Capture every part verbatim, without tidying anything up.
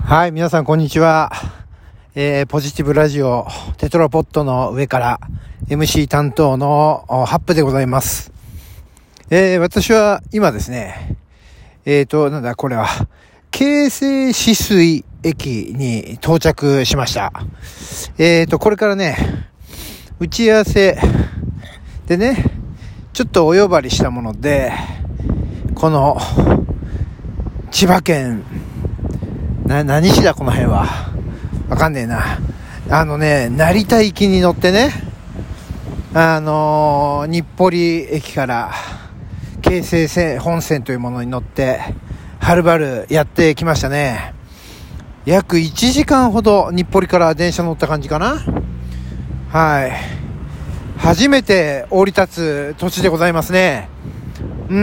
はい、皆さんこんにちは。えー、ポジティブラジオテトラポットの上から エムシー 担当のハップでございます。えー、私は今ですね、えーと、なんだこれは、京成止水駅に到着しました。えーと、これからね、打ち合わせでね、ちょっとお呼ばれしたもので、この千葉県な、何市だこの辺は。わかんねえな。あのね、成田行きに乗ってね、あのー、日暮里駅から京成線本線というものに乗って、はるばるやってきましたね。約いちじかんほど日暮里から電車乗った感じかな。はい。初めて降り立つ土地でございますね。うん。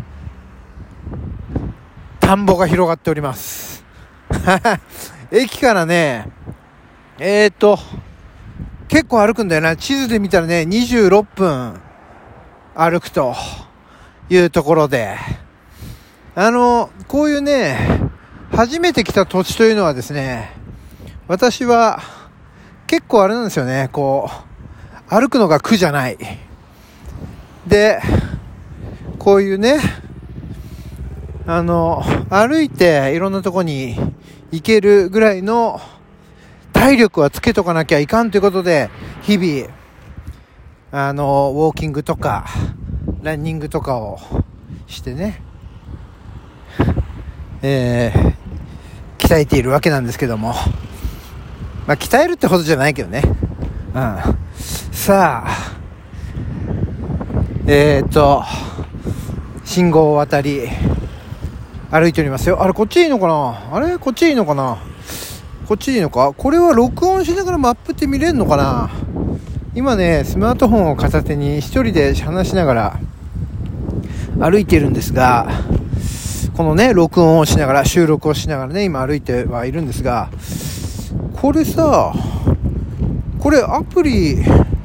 田んぼが広がっております。駅からね、えーと、結構歩くんだよな。地図で見たらね、にじゅうろっぷん歩くというところで、あの、こういうね、初めて来た土地というのはですね、私は結構あれなんですよね、こう、歩くのが苦じゃない。で、こういうね、あの、歩いていろんなとこに行けるぐらいの体力はつけとかなきゃいかんということで、日々、あの、ウォーキングとか、ランニングとかをしてね、えー、鍛えているわけなんですけども、まあ、鍛えるってほどじゃないけどね。うん。さあ、えーと、信号を渡り、歩いておりますよ。あれ、こっちいいのかな？あれこっちいいのかな？こっちいいのか？これは録音しながらマップって見れるのかな？今ね、スマートフォンを片手に一人で話しながら歩いているんですが、このね、録音をしながら、収録をしながらね、今歩いてはいるんですが、これさ、これアプリ、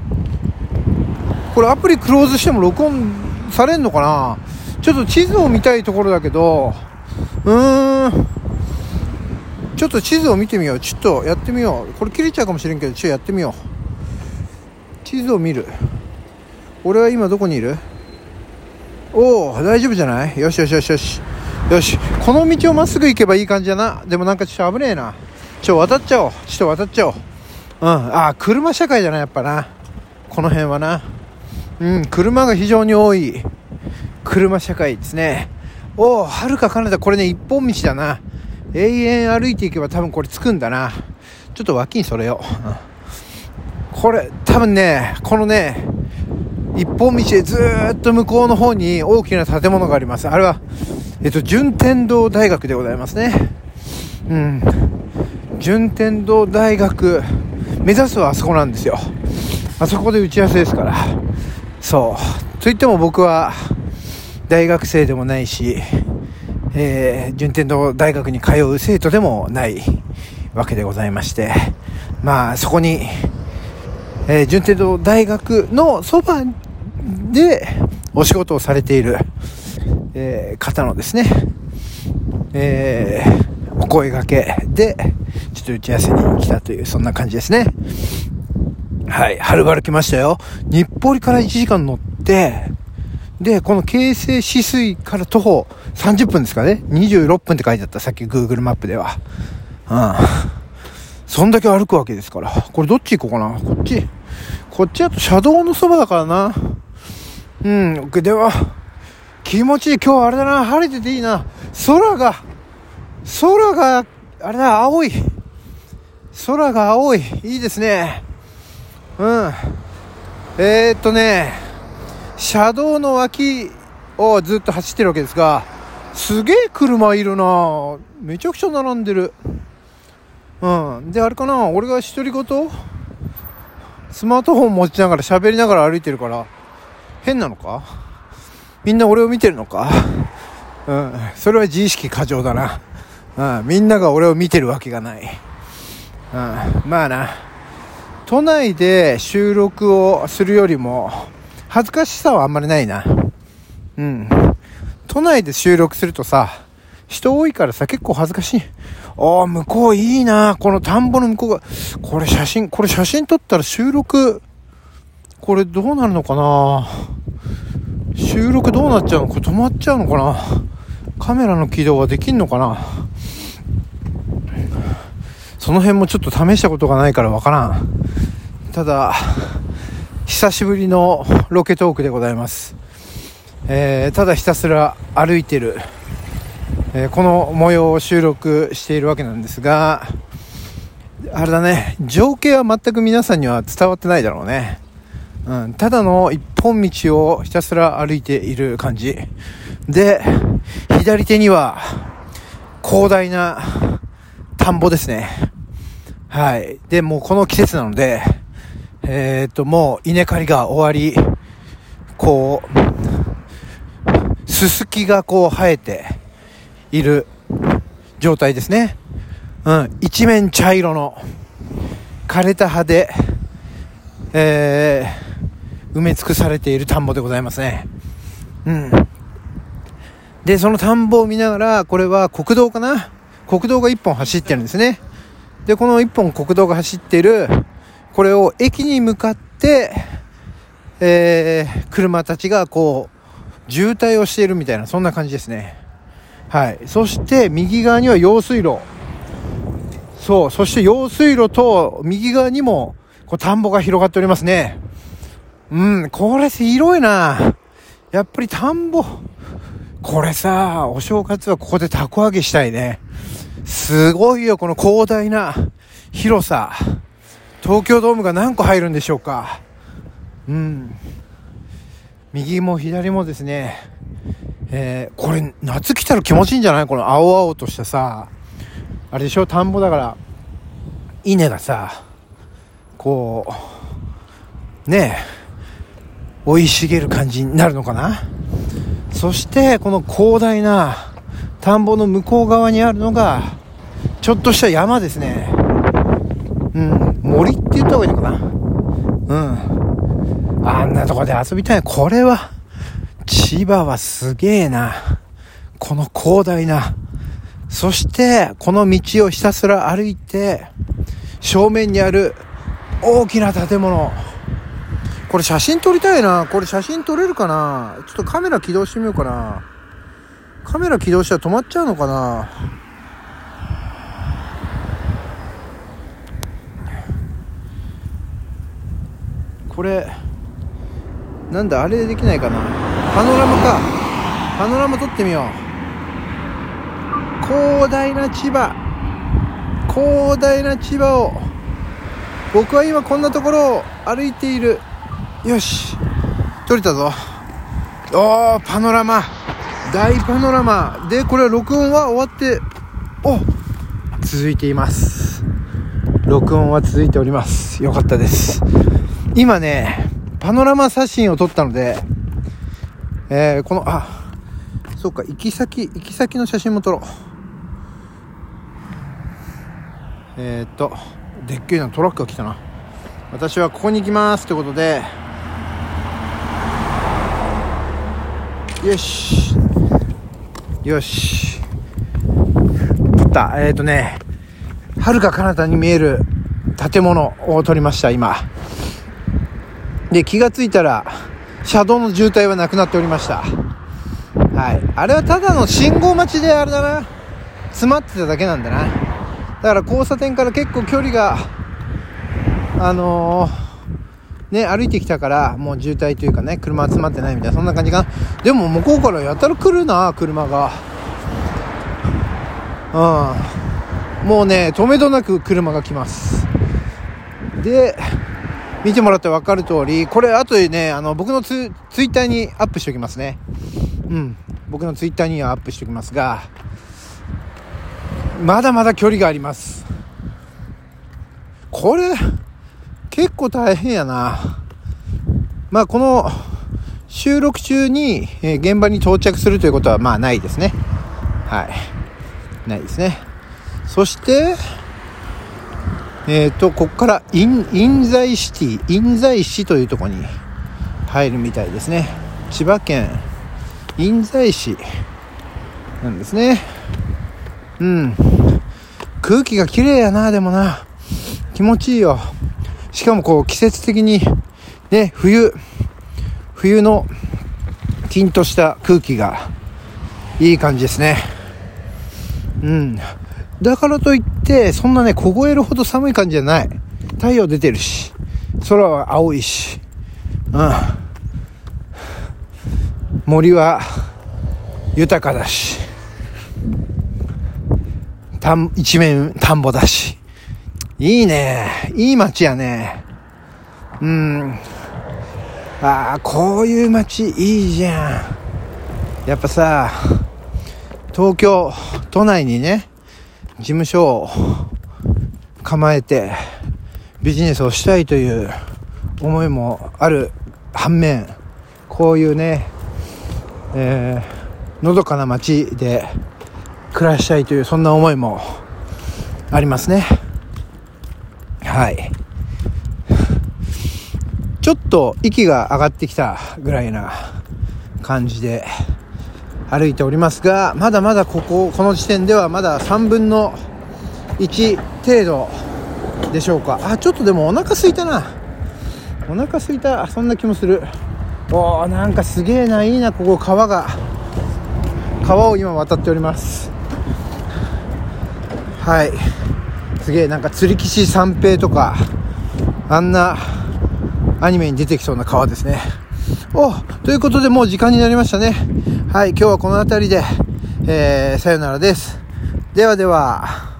これアプリクローズしても録音されんのかな？ちょっと地図を見たいところだけど、うーん、ちょっと地図を見てみよう。ちょっとやってみよう。これ切れちゃうかもしれんけど、ちょっとやってみよう。地図を見る。俺は今どこにいる？おー、大丈夫じゃない？よしよしよしよしよし。この道をまっすぐ行けばいい感じだな。でもなんかちょっと危ねえな。ちょ渡っちゃおう。ちょっと渡っちゃおう。うん。あー、車社会じゃない、やっぱな。この辺はな。うん、車が非常に多い車社会ですね。おー、はるか彼方。これね、一本道だな。永遠歩いていけば多分これ着くんだな。ちょっと脇にそれよ、うん、これ多分ね、このね一本道でずーっと向こうの方に大きな建物があります。あれはえっと順天堂大学でございますね。うん、順天堂大学目指すはあそこなんですよ。あそこで打ち合わせですから。そうと言っても僕は大学生でもないし、えー、順天堂大学に通う生徒でもないわけでございまして、まあそこに、えー、順天堂大学のそばでお仕事をされている、えー、方のですね、えー、お声掛けでちょっと打ち合わせに来たという、そんな感じですね。はい、はるばる来ましたよ。日暮里からいちじかん乗って、で、この京成止水から徒歩さんじゅっぷんですかね。にじゅうろっぷんって書いてあった、さっき Google マップでは。うん。そんだけ歩くわけですから。これどっち行こうかな。こっち。こっちだと車道のそばだからな。うん。では、気持ちいい。今日あれだな。晴れてていいな。空が、空が、あれだ、青い。空が青い。いいですね。うん。えー、っとね、車道の脇をずっと走ってるわけですが、すげえ車いるな。めちゃくちゃ並んでる。うん。で、あれかな、俺が独り言スマートフォン持ちながら喋りながら歩いてるから変なのか？みんな俺を見てるのか？うん。それは自意識過剰だな。うん。みんなが俺を見てるわけがない。うん。まあな、都内で収録をするよりも恥ずかしさはあんまりないな。うん。都内で収録するとさ、人多いからさ、結構恥ずかしい。 ああ、向こういいな。この田んぼの向こうが、これ写真、これ写真撮ったら収録、これどうなるのかな。収録どうなっちゃうの？これ止まっちゃうのかな。カメラの起動はできんのかな。その辺もちょっと試したことがないからわからん。ただ久しぶりのロケトークでございます。えー、ただひたすら歩いてる、えー、この模様を収録しているわけなんですが、あれだね、情景は全く皆さんには伝わってないだろうね。うん、ただの一本道をひたすら歩いている感じで、左手には広大な田んぼですね。はい。で、もうこの季節なので、えー、っともう稲刈りが終わり、こうすすきがこう生えている状態ですね。うん、一面茶色の枯れた葉で、えー、埋め尽くされている田んぼでございますね。うん。で、その田んぼを見ながら、これは国道かな？国道が一本走ってるんですね。で、この一本国道が走っている、これを駅に向かって、えー、車たちがこう渋滞をしているみたいな、そんな感じですね。はい。そして右側には用水路、そう、そして用水路と右側にもこう田んぼが広がっておりますね。うん、これ広いな。やっぱり田んぼ、これさ、お正月はここでたこ揚げしたいね。すごいよ、この広大な広さ。東京ドームが何個入るんでしょうか。うん。右も左もですね、えー、これ夏来たら気持ちいいんじゃない？この青々としたさ、あれでしょ、田んぼだから稲がさ、こうねえ生い茂る感じになるのかな。そしてこの広大な田んぼの向こう側にあるのがちょっとした山ですね。うん、森って言った方がいいのかな。うん、あんなとこで遊びたい。これは千葉はすげえな。この広大な、そしてこの道をひたすら歩いて正面にある大きな建物、これ写真撮りたいな。これ写真撮れるかな。ちょっとカメラ起動してみようかな。カメラ起動したら止まっちゃうのかな。これなんだ、あれできないかな。パノラマか。パノラマ撮ってみよう。広大な千葉、広大な千葉を僕は今こんなところを歩いている。よし、撮れたぞ。おー、パノラマ、大パノラマで、これは録音は終わって、お、続いています。録音は続いております。よかったです。今ね、パノラマ写真を撮ったので、えー、この、あ、そうか、行き先、行き先の写真も撮ろう。えーっと、でっけえなトラックが来たな。私はここに行きますということで、よしよし、撮った。えーっとね、遥か彼方に見える建物を撮りました今で。気がついたら車道の渋滞はなくなっておりました。はい、あれはただの信号待ちで、あれだな、詰まってただけなんだな。だから交差点から結構距離があのー、ね、歩いてきたからもう渋滞というかね、車集まってないみたいな、そんな感じかな。でも向こうからやたら来るな、車が。うん、もうね、止めどなく車が来ます。で、見てもらって分かる通り、これ後でね、あの僕のツ、ツイッターにアップしておきますね。うん、僕のツイッターにはアップしておきますが、まだまだ距離があります。これ結構大変やな。まあこの収録中に、えー、現場に到着するということはまあないですね。はい、ないですね。そしてえっとここから印西シティ、印西市というところに入るみたいですね。千葉県印西市なんですね。うん。 空気が綺麗やな。でもな、気持ちいいよ。しかもこう季節的にね、冬冬の凛とした空気がいい感じですね。うん。だからといってそんなね、凍えるほど寒い感じじゃない。太陽出てるし、空は青いし、うん。森は豊かだし、田ん一面田んぼだし、いいね。いい街やね。うん。ああ、こういう街いいじゃん。やっぱさ、東京都内にね、事務所を構えてビジネスをしたいという思いもある反面、こういうね、えー、のどかな街で暮らしたいという、そんな思いもありますね。はい。ちょっと息が上がってきたぐらいな感じで歩いておりますが、まだまだこここの時点ではまださんぶんのいち程度でしょうか。あ、ちょっとでもお腹空いたな。お腹空いた、そんな気もする。おー、なんかすげえな、いいな。ここ川が川を今渡っております。はい、すげえ、なんか釣り岸三平とかあんなアニメに出てきそうな川ですね。お、ということでもう時間になりましたね。はい、今日はこの辺りで、えー、さよならです。ではでは。